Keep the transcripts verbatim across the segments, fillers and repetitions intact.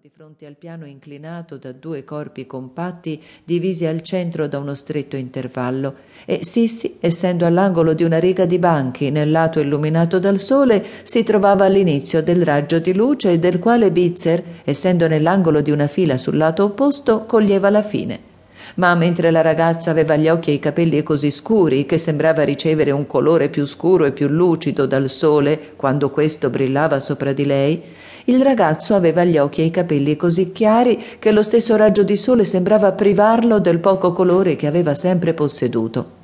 di fronte al piano inclinato da due corpi compatti divisi al centro da uno stretto intervallo, e Sissi, essendo all'angolo di una riga di banchi nel lato illuminato dal sole, si trovava all'inizio del raggio di luce del quale Bitzer, essendo nell'angolo di una fila sul lato opposto, coglieva la fine. Ma mentre la ragazza aveva gli occhi e i capelli così scuri che sembrava ricevere un colore più scuro e più lucido dal sole quando questo brillava sopra di lei, il ragazzo aveva gli occhi e i capelli così chiari che lo stesso raggio di sole sembrava privarlo del poco colore che aveva sempre posseduto.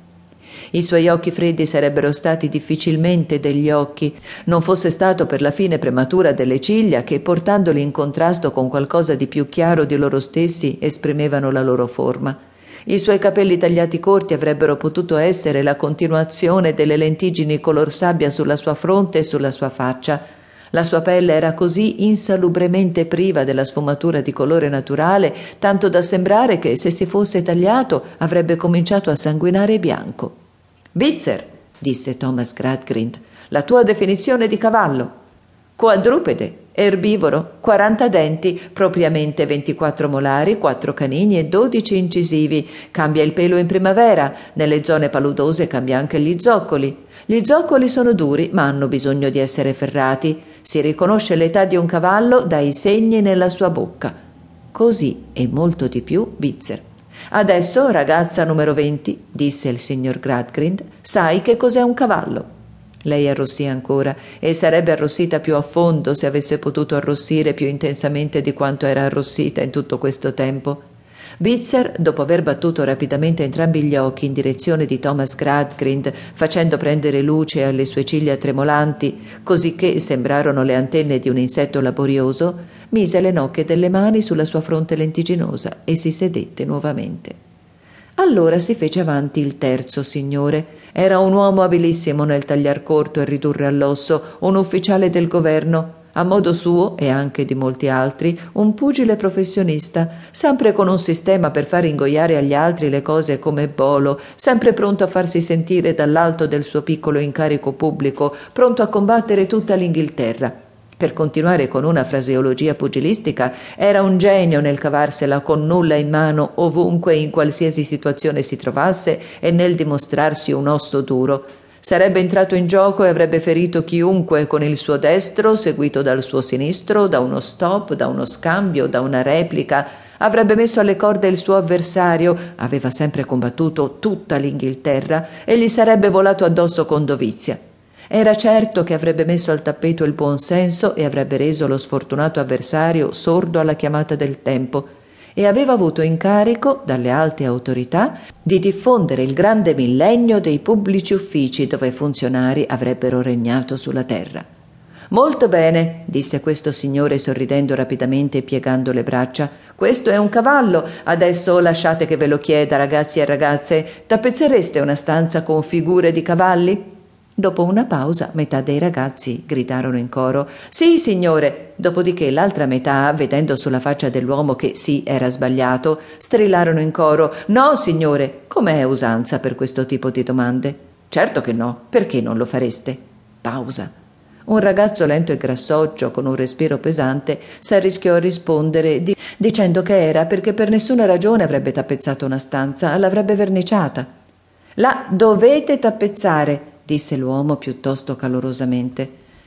I suoi occhi freddi sarebbero stati difficilmente degli occhi, non fosse stato per la fine prematura delle ciglia che, portandoli in contrasto con qualcosa di più chiaro di loro stessi, esprimevano la loro forma. I suoi capelli tagliati corti avrebbero potuto essere la continuazione delle lentiggini color sabbia sulla sua fronte e sulla sua faccia. La sua pelle era così insalubremente priva della sfumatura di colore naturale, tanto da sembrare che, se si fosse tagliato, avrebbe cominciato a sanguinare bianco. «Bitzer», disse Thomas Gradgrind, «la tua definizione di cavallo». «Quadrupede, erbivoro, quaranta denti, propriamente ventiquattro molari, quattro canini e dodici incisivi. Cambia il pelo in primavera, nelle zone paludose cambia anche gli zoccoli. Gli zoccoli sono duri, ma hanno bisogno di essere ferrati. Si riconosce l'età di un cavallo dai segni nella sua bocca». Così e molto di più Bitzer. «Adesso, ragazza numero venti», disse il signor Gradgrind, «sai che cos'è un cavallo». Lei arrossì ancora, e sarebbe arrossita più a fondo se avesse potuto arrossire più intensamente di quanto era arrossita in tutto questo tempo. Bitzer, dopo aver battuto rapidamente entrambi gli occhi in direzione di Thomas Gradgrind, facendo prendere luce alle sue ciglia tremolanti, cosicché sembrarono le antenne di un insetto laborioso, mise le nocche delle mani sulla sua fronte lentiginosa e si sedette nuovamente. Allora si fece avanti il terzo signore. Era un uomo abilissimo nel tagliar corto e ridurre all'osso, un ufficiale del governo, a modo suo e anche di molti altri, un pugile professionista, sempre con un sistema per far ingoiare agli altri le cose come bolo, sempre pronto a farsi sentire dall'alto del suo piccolo incarico pubblico, pronto a combattere tutta l'Inghilterra. Per continuare con una fraseologia pugilistica, era un genio nel cavarsela con nulla in mano ovunque e in qualsiasi situazione si trovasse e nel dimostrarsi un osso duro. Sarebbe entrato in gioco e avrebbe ferito chiunque con il suo destro, seguito dal suo sinistro, da uno stop, da uno scambio, da una replica. Avrebbe messo alle corde il suo avversario, aveva sempre combattuto tutta l'Inghilterra, e gli sarebbe volato addosso con dovizia. Era certo che avrebbe messo al tappeto il buon senso e avrebbe reso lo sfortunato avversario sordo alla chiamata del tempo, e aveva avuto incarico dalle alte autorità di diffondere il grande millennio dei pubblici uffici dove i funzionari avrebbero regnato sulla terra. «Molto bene», disse questo signore sorridendo rapidamente e piegando le braccia. «Questo è un cavallo. Adesso lasciate che ve lo chieda, ragazzi e ragazze. Tappezzereste una stanza con figure di cavalli?» Dopo una pausa, metà dei ragazzi gridarono in coro «Sì, signore!» Dopodiché l'altra metà, vedendo sulla faccia dell'uomo che sì era sbagliato, strillarono in coro «No, signore!» Come è usanza per questo tipo di domande? «Certo che no! Perché non lo fareste?» Pausa. Un ragazzo lento e grassoccio, con un respiro pesante, s'arrischiò a rispondere di- dicendo che era perché per nessuna ragione avrebbe tappezzato una stanza, l'avrebbe verniciata. «La dovete tappezzare!» disse l'uomo piuttosto calorosamente.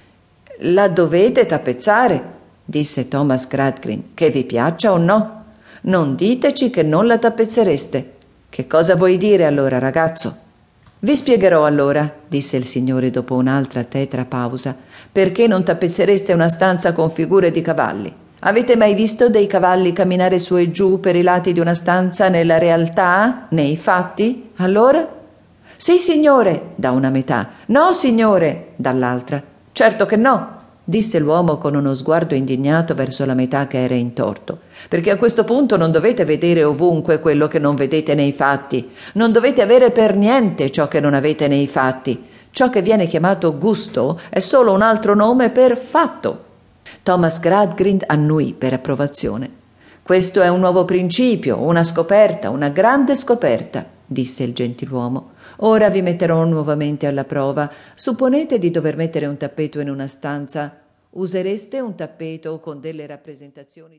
«La dovete tappezzare», disse Thomas Gradgrind, «che vi piaccia o no. Non diteci che non la tappezzereste. Che cosa vuoi dire allora, ragazzo?» «Vi spiegherò allora», disse il signore dopo un'altra tetra pausa, «perché non tappezzereste una stanza con figure di cavalli. Avete mai visto dei cavalli camminare su e giù per i lati di una stanza nella realtà, nei fatti? Allora?» «Sì, signore», da una metà. «No, signore», dall'altra. «Certo che no», disse l'uomo con uno sguardo indignato verso la metà che era in torto, «perché a questo punto non dovete vedere ovunque quello che non vedete nei fatti. Non dovete avere per niente ciò che non avete nei fatti. Ciò che viene chiamato gusto è solo un altro nome per fatto». Thomas Gradgrind annuì per approvazione. «Questo è un nuovo principio, una scoperta, una grande scoperta», disse il gentiluomo. «Ora vi metterò nuovamente alla prova. Supponete di dover mettere un tappeto in una stanza. Usereste un tappeto con delle rappresentazioni